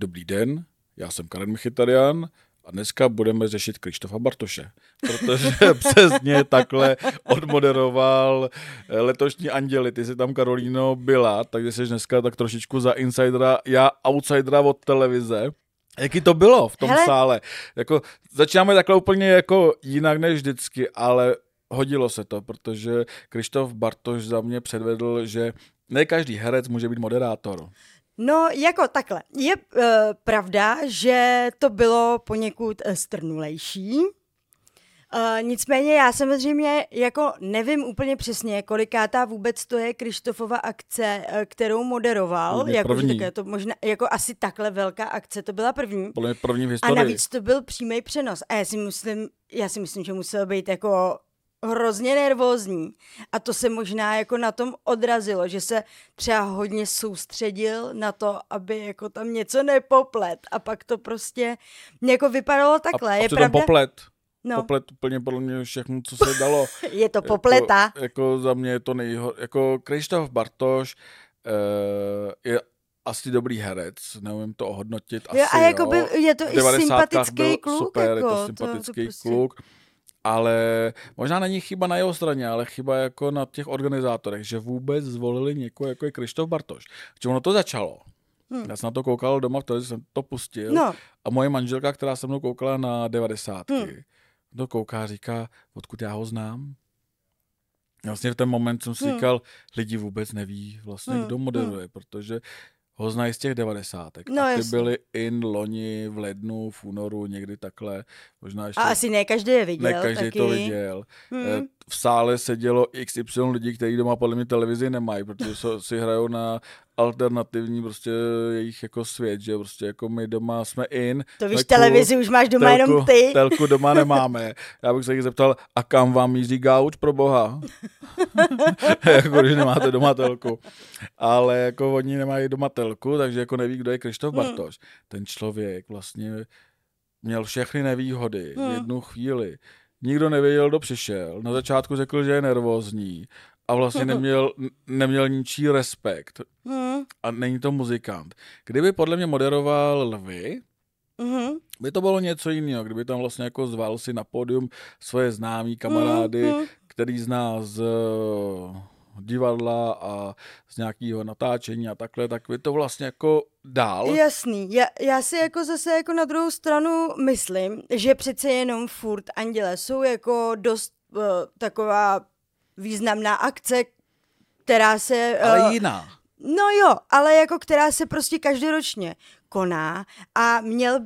dobrý den, já jsem Karen Michytarian a dneska budeme řešit Krištofa Bartoše, protože přesně takhle odmoderoval letošní Anděli. Ty jsi tam, Karolíno, byla, takže jsi dneska tak trošičku za insidera, já outsidera od televize. Jaký to bylo v tom sále? Jako, začínáme takhle úplně jako jinak než vždycky, ale hodilo se to, protože Krištof Bartoš za mě předvedl, že ne každý herec může být moderátor. No, jako takhle. Je pravda, že to bylo poněkud strnulejší. Nicméně já samozřejmě jako nevím úplně přesně, kolikátá vůbec to je Krištofova akce, kterou moderoval. Jako, to možná, jako asi takhle velká akce, to byla první. První v historii. A navíc to byl přímý přenos. A já si myslím, že musel být jako hrozně nervózní. A to se možná jako na tom odrazilo, že se třeba hodně soustředil na to, aby jako tam něco nepoplet. A pak to prostě jako vypadalo takhle. A je pravda? Poplet. No. Poplet úplně podle mě všechno, co se dalo. Je to popleta. Jako za mě je to jako Krištof Bartoš je asi dobrý herec, nevím to ohodnotit. Jo, asi, a jako je to i sympatický kluk. Super, jako, je to sympatický kluk. Ale možná není chyba na jeho straně, ale chyba jako na těch organizátorech, že vůbec zvolili někoho, jako je Krištof Bartoš. Že ono to začalo. Já jsem na to koukal doma, protože jsem to pustil. No. A moje manželka, která se mnou koukala na 90. To kouká a říká, odkud já ho znám. Vlastně v ten moment jsem si říkal, lidi vůbec neví vlastně, kdo moderuje, protože ho znají z těch 90. No, a ty byly in loni, v lednu, v únoru, někdy takhle. Možná ještě, a asi ne každý je viděl. Ne každý taky. To viděl. V sále sedělo XY lidí, kteří doma podle mě televizi nemají, protože si hrajou na alternativní prostě jejich jako svět, že prostě jako my doma jsme in. To víš, televizi už máš doma jenom ty. Telku doma nemáme. Já bych se jich zeptal, a kam vám míří gauč, pro boha? Jako, když nemáte doma telku. Ale jako oni nemají doma telku, takže jako neví, kdo je Krištof Bartoš. Ten člověk vlastně měl všechny nevýhody v jednu chvíli. Nikdo nevěděl, kdo přišel. Na začátku řekl, že je nervózní a vlastně neměl ničí respekt. A není to muzikant. Kdyby podle mě moderoval Lvy, by to bylo něco jiného. Kdyby tam vlastně jako zval si na pódium svoje známí kamarády, který zná z divadla a z nějakého natáčení a takhle, tak by to vlastně jako dál. Jasný. Já si jako zase jako na druhou stranu myslím, že přece jenom furt Anděle jsou jako dost taková významná akce, která se... Ale jiná. No jo, ale jako která se prostě každoročně koná a měl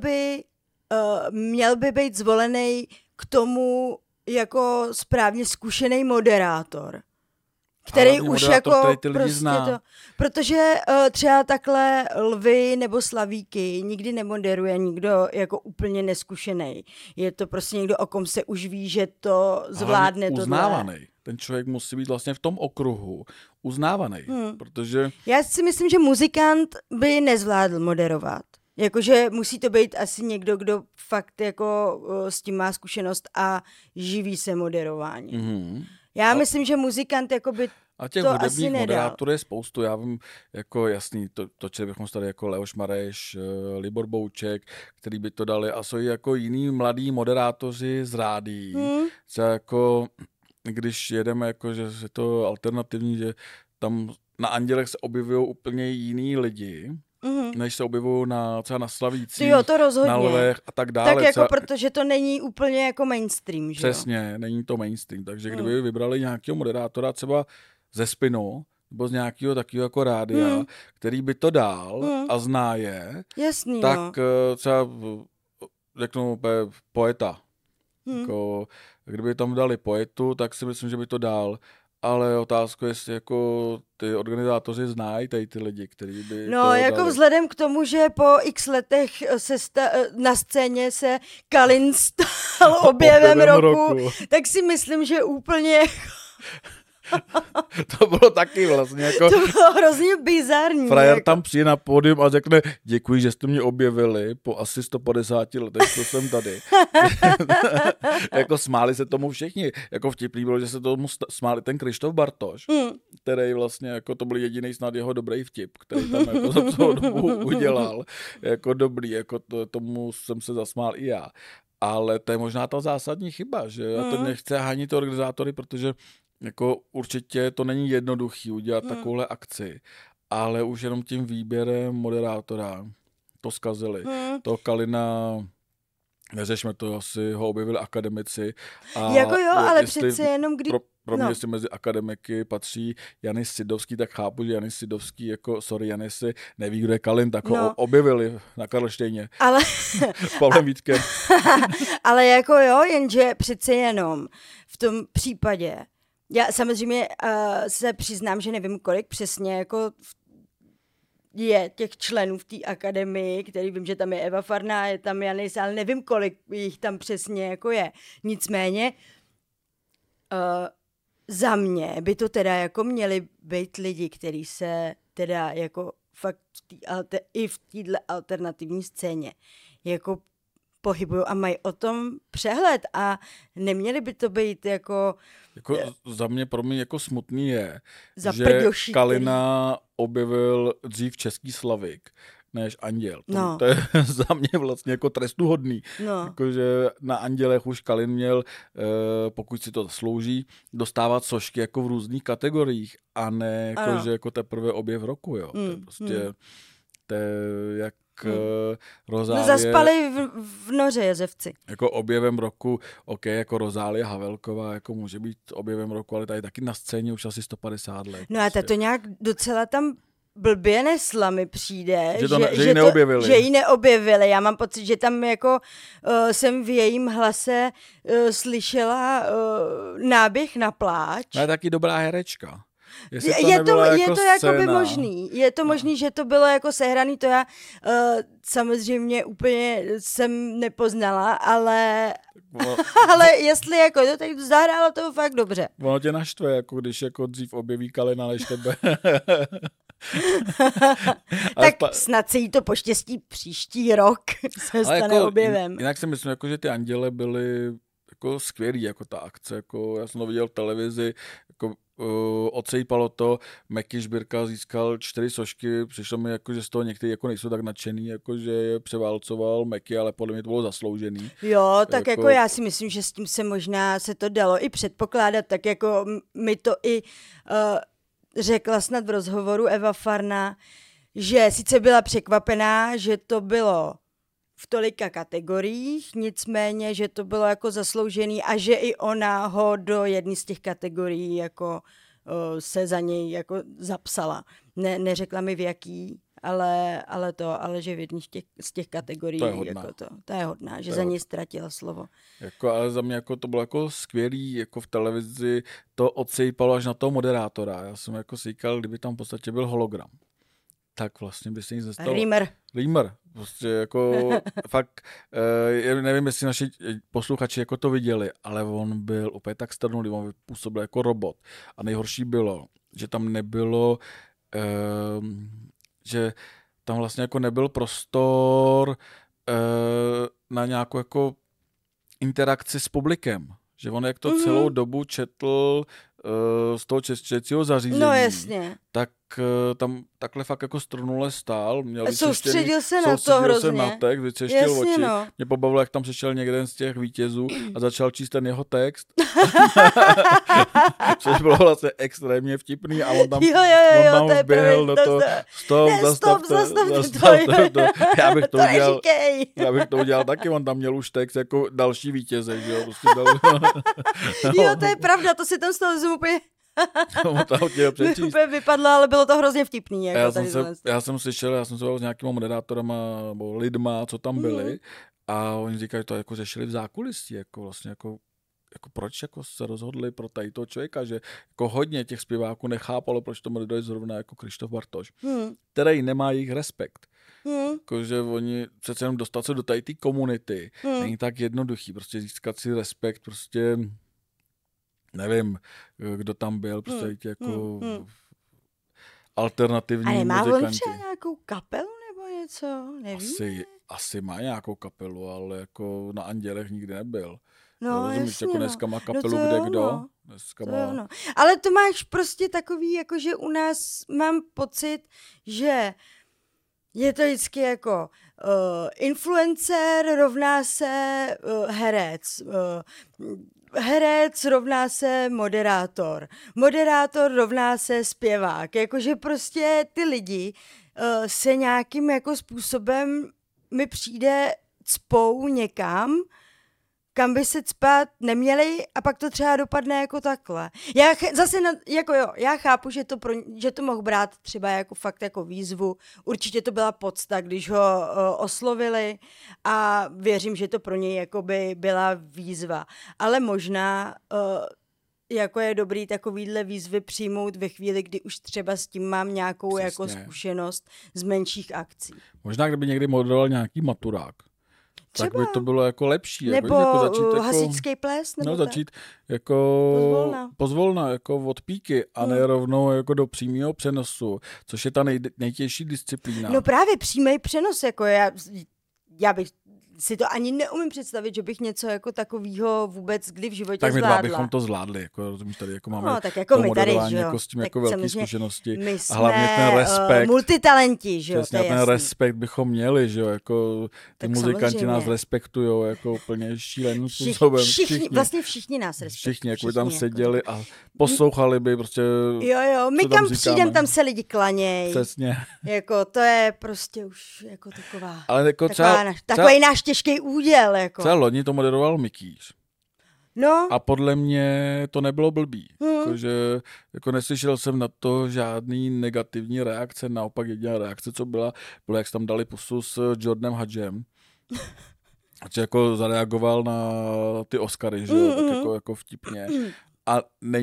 by být zvolený k tomu jako správně zkušený moderátor. Který už jako prostě to, protože třeba takhle Lvy nebo Slavíky nikdy nemoderuje nikdo jako úplně neskušený. Je to prostě někdo, o kom se už ví, že to zvládne tohle. Uznávaný. Ten člověk musí být vlastně v tom okruhu uznávaný, protože... Já si myslím, že muzikant by nezvládl moderovat. Jakože musí to být asi někdo, kdo fakt jako s tím má zkušenost a živí se moderování. Já myslím, že muzikant jakoby a těch to hudebních moderátorů je spoustu. Já vím, jako jasný, točili bychom tady jako Leoš Mareš, Libor Bouček, který by to dali a jsou jako jiný mladí moderátoři z rádií. Třeba jako, když jedeme, jako, že je to alternativní, že tam na Andělech se objevují úplně jiný lidi, než se objevují třeba na Slavících, na Lvech a tak dále. Tak jako protože to není úplně jako mainstream, že přesně, není to mainstream, takže kdyby vybrali nějakého moderátora třeba ze Spinu, nebo z nějakého takového jako rádia, který by to dal a zná je, jasný, tak třeba řeknu poeta. Jako, kdyby tam dali poetu, tak si myslím, že by to dal. Ale otázka je, jestli jako ty organizátoři znají tady ty lidi, kteří by no, jako dali. Vzhledem k tomu, že po x letech na scéně se Kalin stal objevem roku, tak si myslím, že úplně To bylo taky vlastně jako... To bylo hrozně bizarní. Frajer jako. tam přijde na pódium a řekne, děkuji, že jste mě objevili po asi 150 letech, co jsem tady. Jako smáli se tomu všichni. Jako vtipný bylo, že se tomu smáli ten Krištof Bartoš, který vlastně jako to byl jediný snad jeho dobrý vtip, který tam jako za celou dobu udělal. Jako dobrý, jako tomu jsem se zasmál i já. Ale to je možná ta zásadní chyba, že já to nechci hanit organizátory, protože jako určitě to není jednoduchý udělat takovouhle akci, ale už jenom tím výběrem moderátora to zkazili. To Kalina, neřešme to, asi ho objevili akademici. A jako jo, ale přece jenom kdy... Pro mě, jestli mezi akademiky patří Janis Sidovský, tak chápu, že Janis Sidovský, jako, sorry Janisi, neví, kdo je Kalin, tak ho objevili na Karlštejně. Ale... S Pavlem Vítkem. Ale jako jo, jenže přece jenom v tom případě, já samozřejmě se přiznám, že nevím, kolik přesně jako je těch členů v té akademii, který vím, že tam je Eva Farná, je tam Janis, ale nevím, kolik jich tam přesně jako je. Nicméně za mě by to teda jako měli být lidi, kteří se teda jako fakt i v téhle alternativní scéně jako pohybují a mají o tom přehled a neměli by to být jako za mě, pro mě jako smutný je, že prďoší, Kalina objevil dřív Český Slavík než Anděl. To je za mě vlastně jako trestuhodný. Jakože na Andělech už Kalin měl, pokud si to zaslouží, dostávat sošky jako v různých kategoriích a ne jakože jako teprve objev roku. Jo. To je prostě to je jak Rozálie... zaspali v noře jezevci. Jako objevem roku, jako Rozálie Havelková, jako může být objevem roku, ale tady taky na scéně už asi 150 let. No a to nějak docela tam blbě nesla mi přijde, že ji neobjevili. Že ji neobjevili. Já mám pocit, že tam jako jsem v jejím hlase slyšela náběh na pláč. No je taky dobrá herečka. Je to jakoby možný. Je to možný, že to bylo jako sehraný, to já samozřejmě úplně jsem nepoznala, ale jestli jako to tak zahrálo to fakt dobře. Ono tě naštve, jako když jako dřív objeví Kalina než tebe. Tak snad se jí to poštěstí příští rok se stane jako objevem. Jinak si myslím, jako, že ty Anděle byly jako skvělý, jako ta akce, jako já jsem to viděl v televizi, jako odsejpalo to, Meky Žbírka získal 4 sošky, přišlo mi jako, že z toho někteří jako nejsou tak nadšený, jako že je převálcoval Meky, ale podle mě to bylo zasloužený. Jo, tak jako já si myslím, že s tím se možná se to dalo i předpokládat, tak jako mi to i řekla snad v rozhovoru Eva Farná, že sice byla překvapená, že to bylo v tolika kategoriích, nicméně, že to bylo jako zasloužený a že i ona ho do jedné z těch kategorií jako se za něj jako zapsala. Neřekla mi v jaký, ale že v jedné z těch kategorií to je hodná, že za něj ztratila slovo. Jako, ale za mě jako to bylo jako skvělý, jako v televizi to odsejpalo až na toho moderátora. Já jsem jako si říkal, kdyby tam v podstatě byl hologram, tak vlastně by se nic nestalo. Rýmer. Prostě jako fakt, nevím, jestli naši posluchači jako to viděli, ale on byl úplně tak strnulý, on působil jako robot. A nejhorší bylo, že tam nebylo, že tam vlastně jako nebyl prostor na nějakou jako interakci s publikem. Že on jak to celou dobu četl z toho četcího zařízení. No jasně. Tak tam takhle fakt jako strnule stál. Soustředil se na to hrozně. Na text, vyčeštil oči. No. Mě pobavilo, jak tam přišel někden z těch vítězů a začal číst ten jeho text. Což bylo vlastně extrémně vtipný a on tam vběhl do toho. Stop. Já bych to udělal taky, on tam měl už text jako další vítěze. Že jo? Prostě jo, to je pravda, to si tam z toho úplně... úplně vypadlo, ale bylo to hrozně vtipný. Jako já jsem slyšel, s nějakýma moderátorama nebo lidma, co tam byli a oni říkají, to jako řešili v zákulisí, jako vlastně jako proč jako se rozhodli pro tady toho člověka, že jako hodně těch zpěváků nechápalo, proč tomu dojde zrovna jako Krištof Bartoš, který nemá jejich respekt. Jakože oni přece jenom dostat se do tady té komunity není tak jednoduchý, prostě získat si respekt, prostě nevím, kdo tam byl, prostě jako alternativní A nemá on muzikanti. třeba nějakou kapelu nebo něco? Nevím. Asi má nějakou kapelu, ale jako na Andělech nikdy nebyl. No, rozumíš, jasně, jako no. dneska má kapelu No to kde jo, kdo. no. Dneska To má... jo, no. Ale to máš prostě takový, jako že u nás mám pocit, že je to vždycky jako influencer rovná se herec. Herec rovná se moderátor. Moderátor rovná se zpěvák. Jakože prostě ty lidi se nějakým jako způsobem mi přijde cpou někam, kam by se cpat neměli a pak to třeba dopadne jako takhle. Já chápu, že to mohl brát třeba jako fakt jako výzvu. Určitě to byla podsta, když ho oslovili a věřím, že to pro něj jako by byla výzva. Ale možná jako je dobrý takovýhle výzvy přijmout ve chvíli, kdy už třeba s tím mám nějakou jako zkušenost z menších akcí. Možná, kdyby někdy moderoval nějaký maturák. Tak by to bylo jako lepší. Nebo jako začít jako, hasičský ples. Nebo začít jako pozvolna, jako od píky a ne rovnou jako do přímého přenosu, což je ta nejtěžší disciplína. No právě přímý přenos, jako já bych si to ani neumím představit, že bych něco jako takového vůbec kdy v životě tak zvládla. Tak my dva bychom to zvládli, jako rozumíš, tady jako máme no, tak jako my tady, že jo. Jako s tím jako velký zkušenosti. My a hlavně ten respekt. Multitalenti, že jo, přesně, ten respekt bychom měli, že jo, jako ty tak muzikanti samozřejmě nás respektujou jako úplně šíleným způsobem. Vlastně všichni nás respektují. Všichni, jako by tam seděli a poslouchali by prostě. Jo, my kam přijdem, tam se lidi klanějí. Přesně. Jako to je prostě už jako taková. Ale jako takový náš těžký úděl, jako. Třeba loni to moderoval Mikýř. No. A podle mě to nebylo blbý. Jakože, jako neslyšel jsem na to žádný negativní reakce, naopak jediná reakce, co byla, jak se tam dali pusu s Jordanem Hadžem. A jako zareagoval na ty Oscary, že jo, tak jako vtipně. A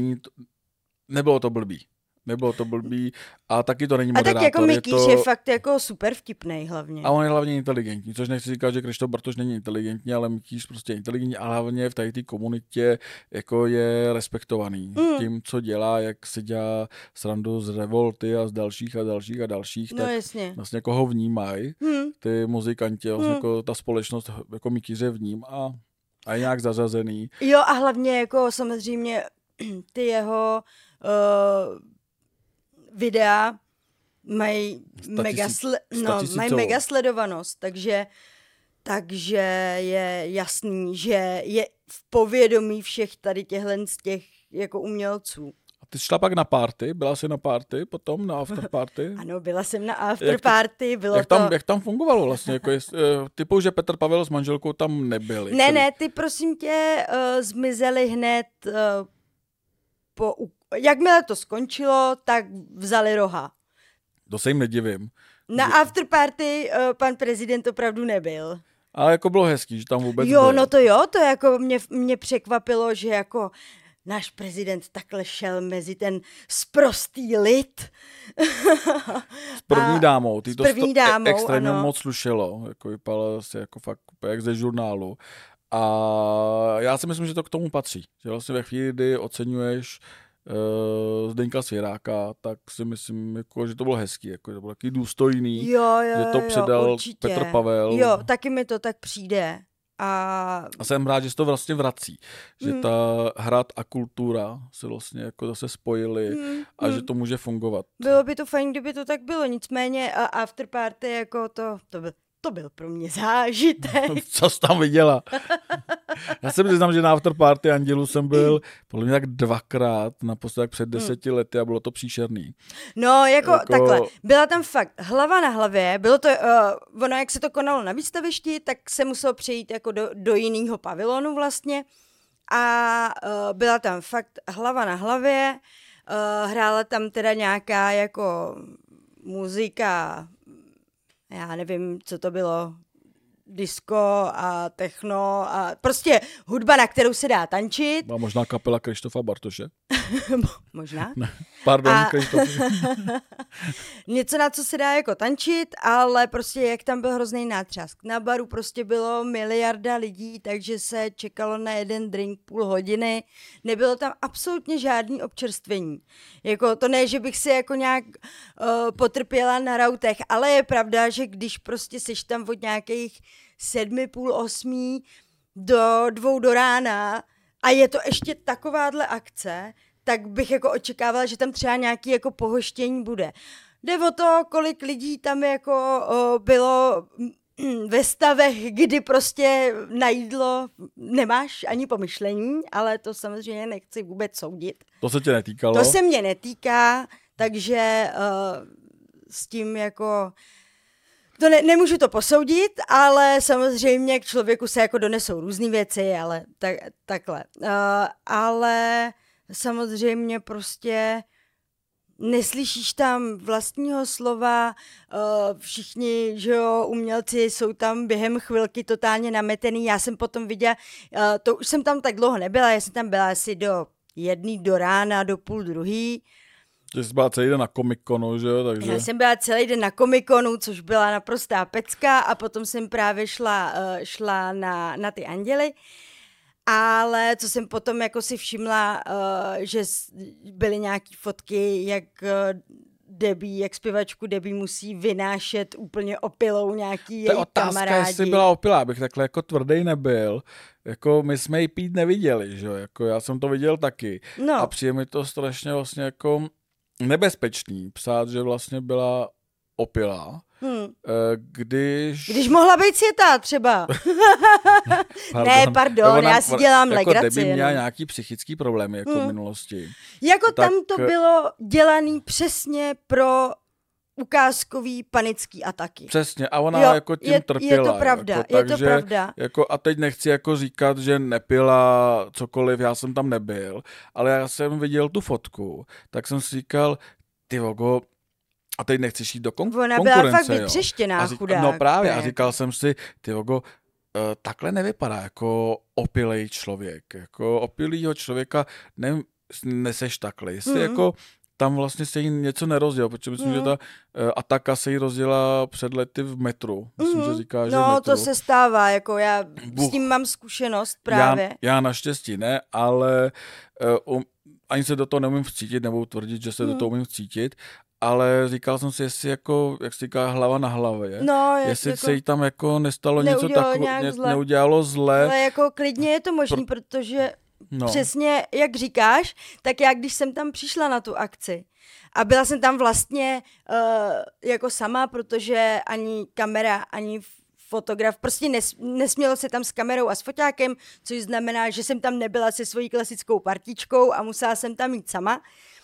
nebylo to blbý. Nebylo to blbý a taky to není moderátor. A tak jako Mikýř je fakt jako super vtipnej hlavně. A on je hlavně inteligentní, což nechci říkat, že Krištof Bartoš není inteligentní, ale Mikýř prostě je inteligentní a hlavně v tady té komunitě jako je respektovaný. Tím, co dělá, jak si dělá srandu z Revolty a z dalších, no, tak jasně. vlastně jako ho vnímají ty muzikanti, vlastně jako ta společnost jako Mikýře vním a je nějak zařazený. Jo a hlavně jako samozřejmě ty jeho videa mají mega sledovanost, takže je jasný, že je v povědomí všech tady těchhle z těch jako umělců. A ty šla pak na party? Byla jsi na party potom, na afterparty? Ano, byla jsem na afterparty. Jak tam fungovalo vlastně? Jako typu, že Petr Pavel s manželkou tam nebyli. Ne, ty prosím tě zmizeli hned jakmile to skončilo, tak vzali roha. To se jim nedivím. Na afterparty pan prezident opravdu nebyl. Ale jako bylo hezký, že tam vůbec byl. No to jako mě překvapilo, že jako náš prezident takhle šel mezi ten sprostý lid. S první dámou. Ty to extrémně ano. moc slušelo. Jako vypadalo se jako fakt jak ze žurnálu. A já si myslím, že to k tomu patří. Že vlastně ve chvíli, kdy oceňuješ Zdeňka Svěráka, tak si myslím, jako, že to bylo hezký, jako, že to bylo taky důstojný, že to předal určitě. Petr Pavel. Jo, taky mi to tak přijde. A jsem rád, že se to vlastně vrací. Že ta hrad a kultura se vlastně jako zase spojily a že to může fungovat. Bylo by to fajn, kdyby to tak bylo, nicméně afterparty jako to byl pro mě zážitek. Co jsi tam viděla? Já se přiznám, že na afterparty Andělu jsem byl podle mě tak 2krát, naposledy před 10 lety a bylo to příšerný. No, jako takhle. Byla tam fakt hlava na hlavě, bylo to, ono jak se to konalo na výstavišti, tak se muselo přejít jako do jiného pavilonu vlastně a byla tam fakt hlava na hlavě, hrála tam teda nějaká jako muzika, já nevím, co to bylo, disco a techno a prostě hudba, na kterou se dá tančit. A možná kapela Krištofa Bartoše. Možná. Ne, pardon, A- Krištof. Něco, na co se dá jako tančit, ale prostě jak tam byl hrozný nátřask. Na baru prostě bylo miliarda lidí, takže se čekalo na jeden drink půl hodiny. Nebylo tam absolutně žádný občerstvení. Jako to ne, že bych si jako nějak potrpěla na rautech, ale je pravda, že když prostě seš tam od nějakých 7, půl 8 do 2 do rána a je to ještě takováhle akce, tak bych jako očekávala, že tam třeba nějaký jako pohoštění bude. Jde o to, kolik lidí tam jako bylo ve stavech, kdy prostě na jídlo nemáš ani pomyšlení, ale to samozřejmě nechci vůbec soudit. To se tě netýkalo? To se mě netýká, takže s tím jako... To nemůžu to posoudit, ale samozřejmě k člověku se jako donesou různý věci, ale takhle. Ale samozřejmě prostě neslyšíš tam vlastního slova, všichni, že jo, umělci jsou tam během chvilky totálně nametený. Já jsem potom viděla, to už jsem tam tak dlouho nebyla, já jsem tam byla asi do 1 do rána, do 12:30. Že jsi byla celý den na Comic-Conu, že jo? Takže... Já jsem byla celý den na Comic-Conu, což byla naprostá pecka a potom jsem právě šla na ty anděly. Ale co jsem potom jako si všimla, že byly nějaký fotky, jak Debbie, jak zpěvačku Debbie musí vynášet úplně opilou nějaký její kamarádi. To je otázka, jestli byla opilá, abych takhle jako tvrdý nebyl. Jako my jsme ji pít neviděli, že jo? Jako já jsem to viděl taky. No. A přijde mi to strašně vlastně jako nebezpečný psát, že vlastně byla opilá. Když mohla být světá třeba. Ne, pardon, já si dělám jako legraci. Debbie měla nějaký psychický problémy jako v minulosti. Jako tak, tam to bylo dělaný přesně pro ukázkový panický ataky. Přesně, a ona jako tím trpěla. Je to pravda, jako, je to pravda. Jako, a teď nechci jako říkat, že nepila cokoliv, já jsem tam nebyl, ale já jsem viděl tu fotku, tak jsem si říkal, ty vogo, a teď nechceš jít do konkurence. Ona byla fakt vytřeštěná, chudák. No právě, a říkal jsem si, ty vogo, takhle nevypadá jako opilej člověk. Jako opilýho člověka neseš takhle. Jestli jako tam vlastně se jí něco nerozdělilo, protože myslím, že ta ataka se jí rozdělila před lety v metru. Myslím, že říká, že v metru. No, to se stává, jako já s tím mám zkušenost právě. Já naštěstí ne, ale ani se do toho neumím vcítit, nebo tvrdit, že se do toho umím vcítit, ale říkal jsem si, jestli jako, jak se říká, hlava na hlavě, jestli jako se jí tam jako nestalo něco takového, neudělalo zle. Ale jako klidně je to možný, protože přesně jak říkáš, tak já když jsem tam přišla na tu akci a byla jsem tam vlastně jako sama, protože ani kamera, ani fotograf, prostě nesmělo se tam s kamerou a s foťákem, což znamená, že jsem tam nebyla se svojí klasickou partičkou a musela jsem tam jít sama.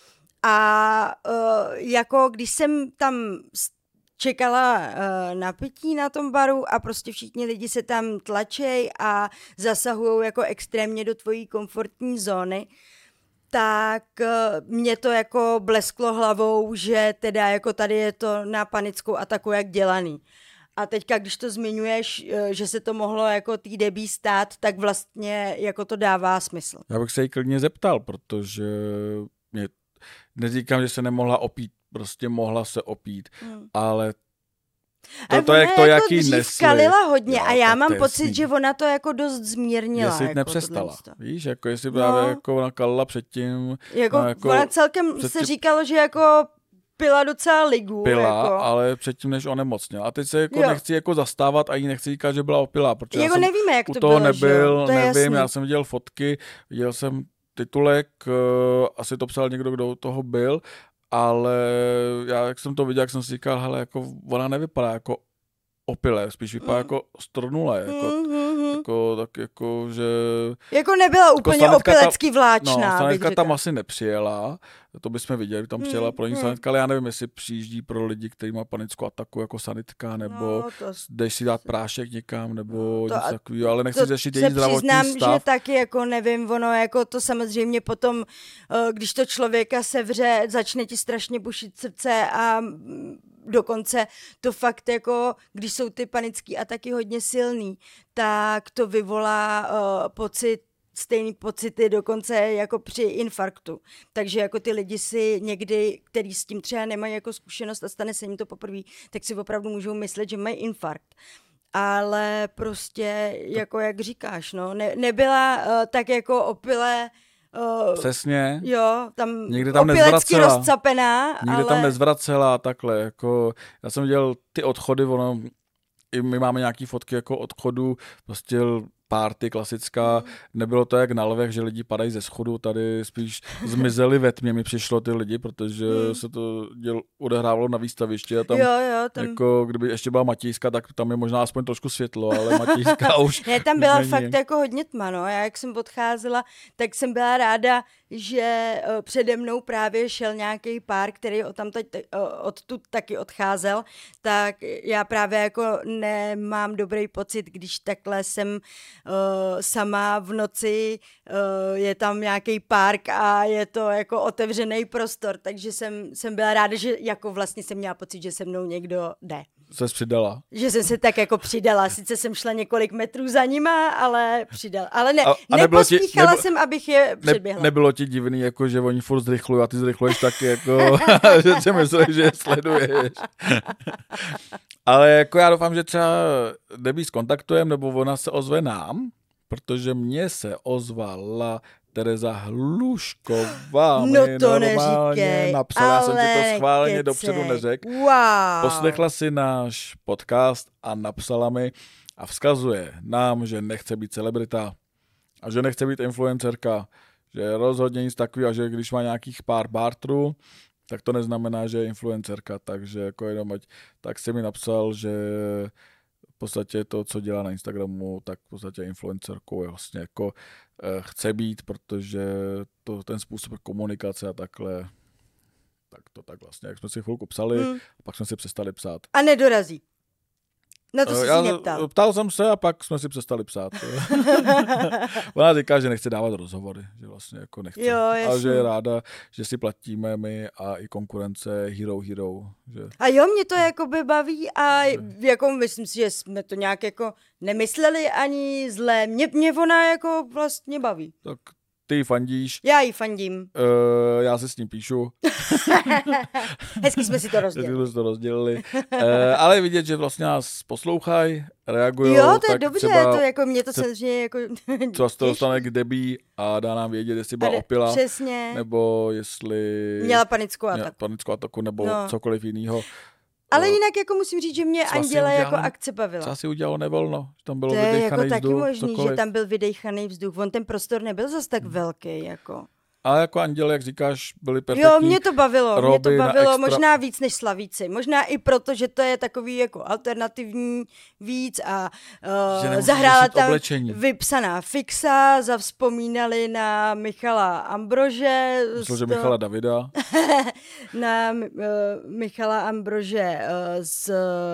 A jako když jsem tam čekala na pití na tom baru a prostě všichni lidi se tam tlačej a zasahujou jako extrémně do tvojí komfortní zóny, tak mě to jako blesklo hlavou, že teda jako tady je to na panickou ataku jak dělaný. A teďka, když to zmiňuješ, že se to mohlo jako tý Debbie stát, tak vlastně jako to dává smysl. Já bych se jí klidně zeptal, protože neříkám, že se nemohla opít, prostě mohla se opít, ale to je to, jaký nesli. Skalila hodně a já mám pocit, že ona to jako dost zmírnila. Jestli jako nepřestala, víš, jako jestli právě jako ona kalila předtím. Jako ona celkem se říkalo, že jako pila docela ligu. Pila, jako. Ale předtím, než onemocněla. A teď se jako nechci jako zastávat a jí nechci říkat, že byla opilá, protože jako já jsem nevíme, jak u to toho bylo, nebyl, to nevím, já jsem viděl fotky, viděl jsem titulek, asi to psal někdo, kdo u toho byl, ale já, jak jsem to viděl, jak jsem si říkal, hele, jako ona nevypadá jako opilé, spíš vypadá jako strnulé, jako, tak jako, že... Jako nebyla úplně opilecky vláčná, no, sanitka tam asi nepřijela, to bychom viděli, tam přijela pro ní sanitka, ale já nevím, jestli přijíždí pro lidi, kteří mají panickou ataku jako sanitka, nebo jdeš si dát prášek někam, nebo něco takového, ale nechci řešit její zdravotní stav. Přiznám, že taky jako nevím, ono jako to samozřejmě potom, když to člověka sevře, začne ti strašně bušit srdce a dokonce to fakt jako, když jsou ty panické ataky hodně silný, tak to vyvolá pocit stejný pocity dokonce jako při infarktu. Takže jako ty lidi si někdy, který s tím třeba nemají jako zkušenost a stane se jim to poprvé, tak si opravdu můžou myslet, že mají infarkt. Ale prostě, jako jak říkáš, no, nebyla tak jako opile. Přesně. Jo, tam někdy tam opilecky rozcapená. Nikdy ale... tam nezvracela takhle, jako já jsem viděl ty odchody, ono, i my máme nějaký fotky jako odchodu, prostě party klasická, nebylo to jak na Lvech, že lidi padají ze schodu, tady spíš zmizeli ve tmě, mi přišlo ty lidi, protože se to odehrávalo na výstavišti a tam, tam... jako kdyby ještě byla Matějska, tak tam je možná aspoň trošku světlo, ale Matějska už ne, tam byla není. fakt jako hodně tma, no, já jak jsem odcházela, tak jsem byla ráda, že přede mnou právě šel nějaký pár, který odtud taky odcházel, tak já právě jako nemám dobrý pocit, když takhle jsem sama v noci, je tam nějaký park a je to jako otevřený prostor, takže jsem byla ráda, že jako vlastně jsem měla pocit, že se mnou někdo jde. Ses přidala. Že jsem se tak jako přidala, sice jsem šla několik metrů za nima, ale přidala. Ale ne, nepospíchala jsem, abych je předběhla. Nebylo ti divný, jako že oni furt zrychlují a ty zrychluješ taky, jako, že si myslíš, že je sleduješ. Ale jako já doufám, že třeba Debbie skontaktujeme, nebo ona se ozve nám, protože mně se ozvala Tereza Hlušková. No to neříkej, napsala, já jsem ti to schválně dopředu neřekl. Wow. Poslechla si náš podcast a napsala mi a vzkazuje nám, že nechce být celebrita a že nechce být influencerka, že rozhodně nic takového, že když má nějakých pár bartrů, tak to neznamená, že je influencerka, takže jako jenom tak si mi napsal, že v podstatě to, co dělá na Instagramu, tak v podstatě influencerkou je vlastně jako chce být, protože ten způsob komunikace a takhle, tak vlastně, jak jsme si chvilku psali, pak jsme si přestali psát. A nedorazí. Na to jsi si neptal. Ptal jsem se a pak jsme si přestali psát. Ona říká, že nechce dávat rozhovory, že vlastně jako nechce. Jo, a že je ráda, že si platíme my a i konkurence Hero. Že... A jo, mě to jakoby baví a jako myslím si, že jsme to nějak jako nemysleli ani zlé. Mě ona jako vlastně baví. Tak ty ji fandíš. Já ji fandím. Já si s ním píšu. Hezky jsme si to rozdělili. Ale vidět, že vlastně nás poslouchají, reagují. Jo, to je dobře, to jako mě to samozřejmě jako co se to dostane k Debbie a dá nám vědět, jestli byla opila. Přesně. Nebo jestli měla panickou ataku nebo cokoliv jiného. Ale jinak jako musím říct, že mě Anděla jako akce bavila. Třeba si udělalo nevolno, že tam bylo vydejchaný vzduch. To je jako taky možný, že tam byl vydejchaný vzduch. On ten prostor nebyl zas tak velký, jako. Ale jako Anděl, jak říkáš, byli perfektní. Jo, mě to bavilo možná víc než Slavíci. Možná i proto, že to je takový jako alternativní víc a zahrála tam vypsaná Fixa, zavzpomínali na Michala Ambrože. Myslím, že Michala Davida. Na Michala Ambrože z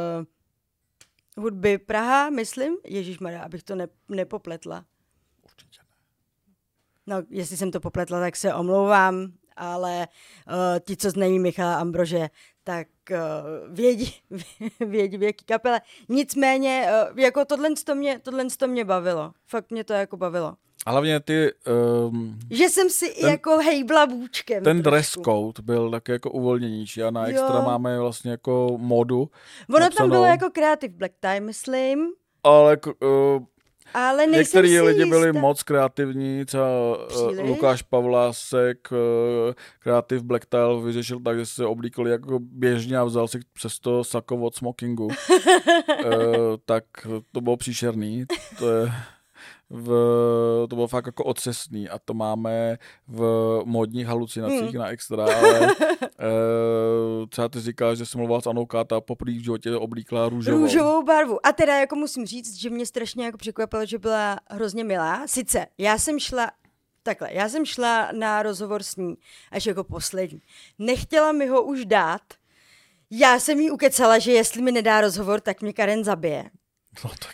hudby Praha, myslím. Ježišmarja, abych to nepopletla. No, jestli jsem to popletla, tak se omlouvám, ale ti, co znají Michala Ambrože, tak vědí v jaký kapele. Nicméně, jako tohle mě bavilo. Fakt mě to jako bavilo. A hlavně ty... že jsem si jako hejbla bůčkem. Ten dress code byl taky jako uvolněnější a na extra máme vlastně jako modu. Ono napsanou. Tam bylo jako Creative Black Tie, myslím. Ale některý lidi byli moc kreativní, třeba Lukáš Pavlásek Creative Black Tie vyřešil tak, že se oblíkl jako běžně a vzal si přes to sako od smokingu. Tak to bylo příšerný. To bylo fakt jako otřesný a to máme v módních halucinacích na extra, ale třeba ty říkáš, že jsem mluvila s Anou Káta a poprvé v životě oblíkla růžovou barvu. A teda jako musím říct, že mě strašně jako překvapilo, že byla hrozně milá. Sice já jsem šla na rozhovor s ní až jako poslední. Nechtěla mi ho už dát. Já jsem jí ukecala, že jestli mi nedá rozhovor, tak mě Karen zabije. No tak.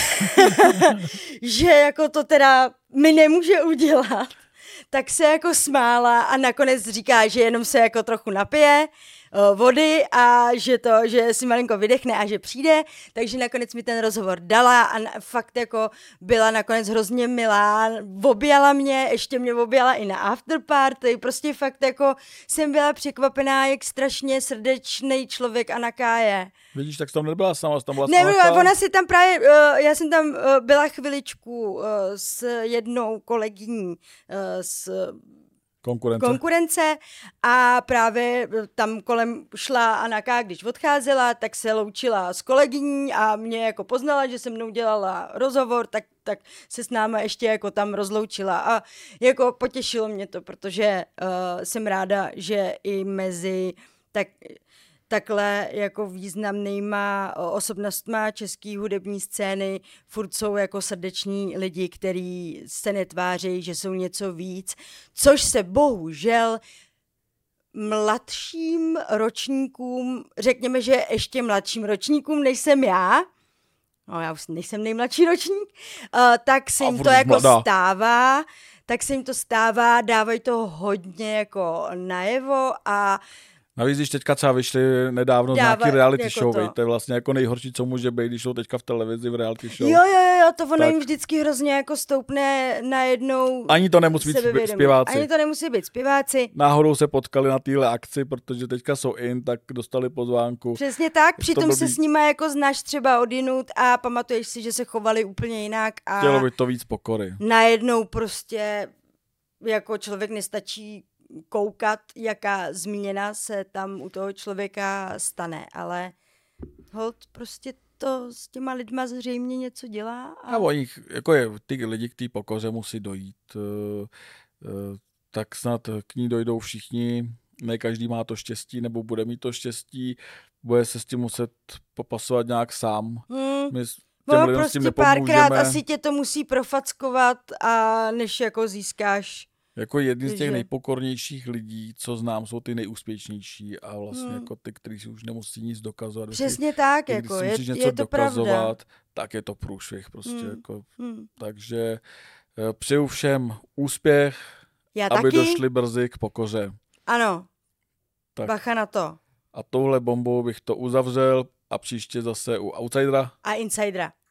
Že jako to teda mi nemůže udělat. Tak se jako smála a nakonec říká, že jenom se jako trochu napije, vody a že si malinko vydechne a že přijde, takže nakonec mi ten rozhovor dala a fakt jako byla nakonec hrozně milá, objala mě, ještě mě objala i na afterparty, prostě fakt jako jsem byla překvapená, jak strašně srdečný člověk Anaka je. Vidíš, tak jsi tam nebyla sama, tam byla Ne, ona si tam právě, já jsem tam byla chviličku s jednou kolegyní z konkurence a právě tam kolem šla Anaka, když odcházela, tak se loučila s kolegyní a mě jako poznala, že se mnou dělala rozhovor, tak se s náma ještě jako tam rozloučila a jako potěšilo mě to, protože jsem ráda, že i mezi takhle jako významnýma osobnostma české hudební scény furt jsou jako srdeční lidi, kteří se netváří, že jsou něco víc, což se bohužel mladším ročníkům, řekněme, že ještě mladším ročníkům, než jsem já už nejsem nejmladší ročník, tak se jim to jako stává, dávají to hodně jako najevo a navíc, když teďka třeba vyšli nedávno nějaký reality jako show, to je vlastně jako nejhorší, co může být, když jsou teďka v televizi v reality show. Jo, to ono jim vždycky hrozně jako stoupne najednou. Ani to nemusí být zpěváci. Náhodou se potkali na téhle akci, protože teďka jsou tak dostali pozvánku. Přesně tak, přitom se s nima jako znáš třeba odjinud a pamatuješ si, že se chovali úplně jinak. A chtělo by to víc pokory. Najednou prostě jako člověk nestačí koukat, jaká změna se tam u toho člověka stane, ale holt prostě to s těma lidma zřejmě něco dělá. A oni, jako je, ty lidi k té pokoře musí dojít, tak snad k ní dojdou všichni, ne každý má to štěstí, nebo bude mít to štěstí, bude se s tím muset popasovat nějak sám. My těm lidem s tím nepomůžeme. Párkrát asi tě to musí profackovat a než jako získáš. Jako jedni z těch nejpokornějších lidí, co znám, jsou ty nejúspěšnější a vlastně jako ty, kteří si už nemusí nic dokazovat. Přesně tak, jako když je to dokazovat, pravda. Tak je to průšvih prostě. Jako. Takže přeju všem úspěch, aby došli brzy k pokoře. Ano, tak. Bacha na to. A touhle bombou bych to uzavřel a příště zase u Outsidera a Insidera.